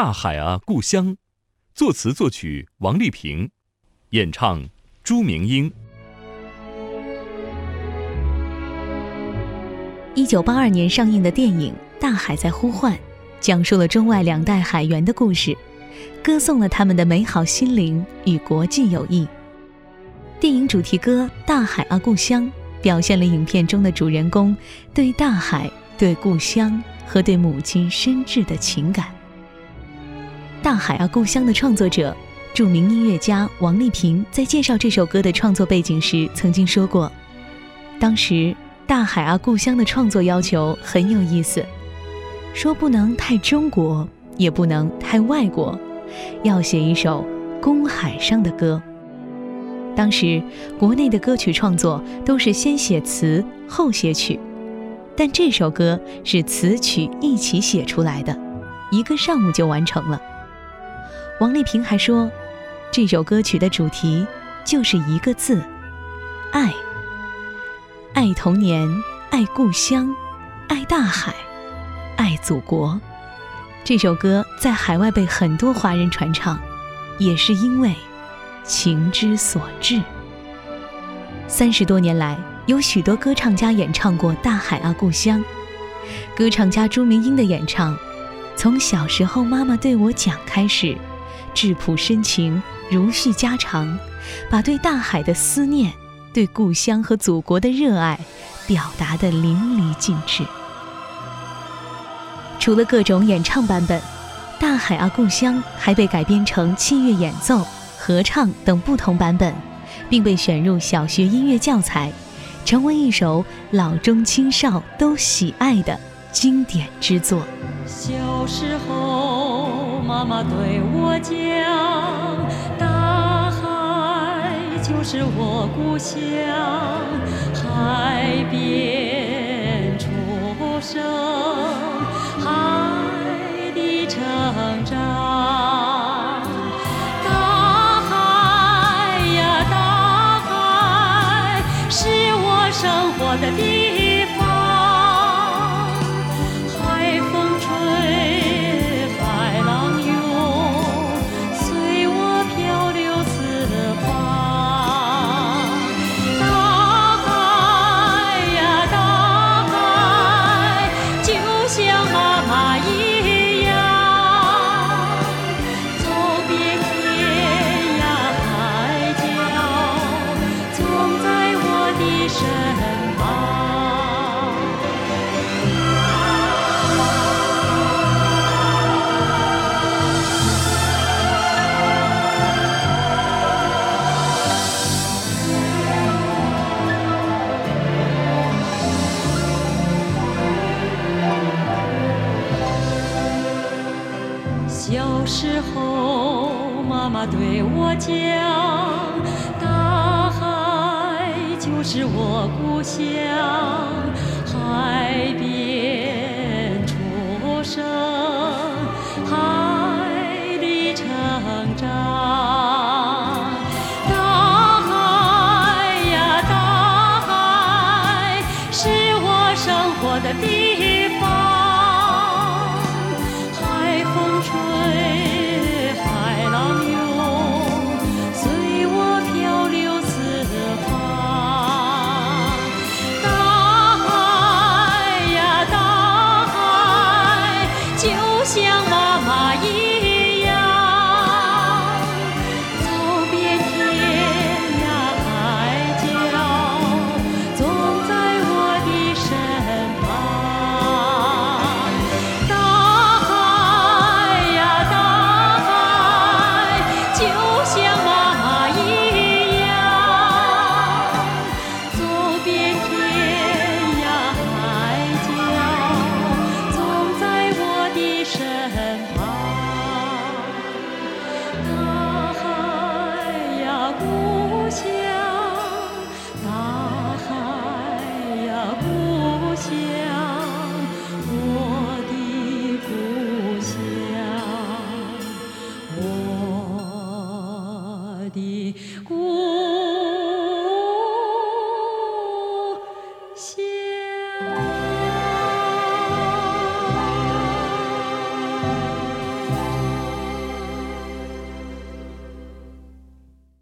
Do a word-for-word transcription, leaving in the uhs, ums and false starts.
大海啊故乡，作词作曲王丽萍，演唱朱明英。 一九八二年上映的电影《大海在呼唤》，讲述了中外两代海员的故事，歌颂了他们的美好心灵与国际友谊。电影主题歌《大海啊故乡》表现了影片中的主人公对大海、对故乡和对母亲深挚的情感。《大海啊故乡》的创作者著名音乐家王丽萍在介绍这首歌的创作背景时曾经说过，当时《大海啊故乡》的创作要求很有意思，说不能太中国，也不能太外国，要写一首公海上的歌。当时国内的歌曲创作都是先写词后写曲，但这首歌是词曲一起写出来的，一个上午就完成了。王丽萍还说，这首歌曲的主题就是一个字：爱。爱童年，爱故乡，爱大海，爱祖国。这首歌在海外被很多华人传唱，也是因为情之所至。三十多年来，有许多歌唱家演唱过《大海啊故乡》。歌唱家朱明英的演唱，从小时候妈妈对我讲开始，质朴深情，如叙家常，把对大海的思念，对故乡和祖国的热爱表达得淋漓尽致。除了各种演唱版本，《大海啊故乡》还被改编成器乐演奏、合唱等不同版本，并被选入小学音乐教材，成为一首老中青少都喜爱的经典之作。 小时候妈妈对我讲，大海就是我故乡，海边出生，海里成长。大海呀大海，是我生活的地方，海风吹，海浪涌，随我漂流四方。大海呀大海，就像妈妈一样，走遍天涯海角，总在我的身旁。小时候妈妈对我讲，大海就是我故乡，海边出生，海里成长。大海呀大海，是我生活的地方，海风吹，海浪涌，随我漂流四方。大海呀大海，就像妈妈一样。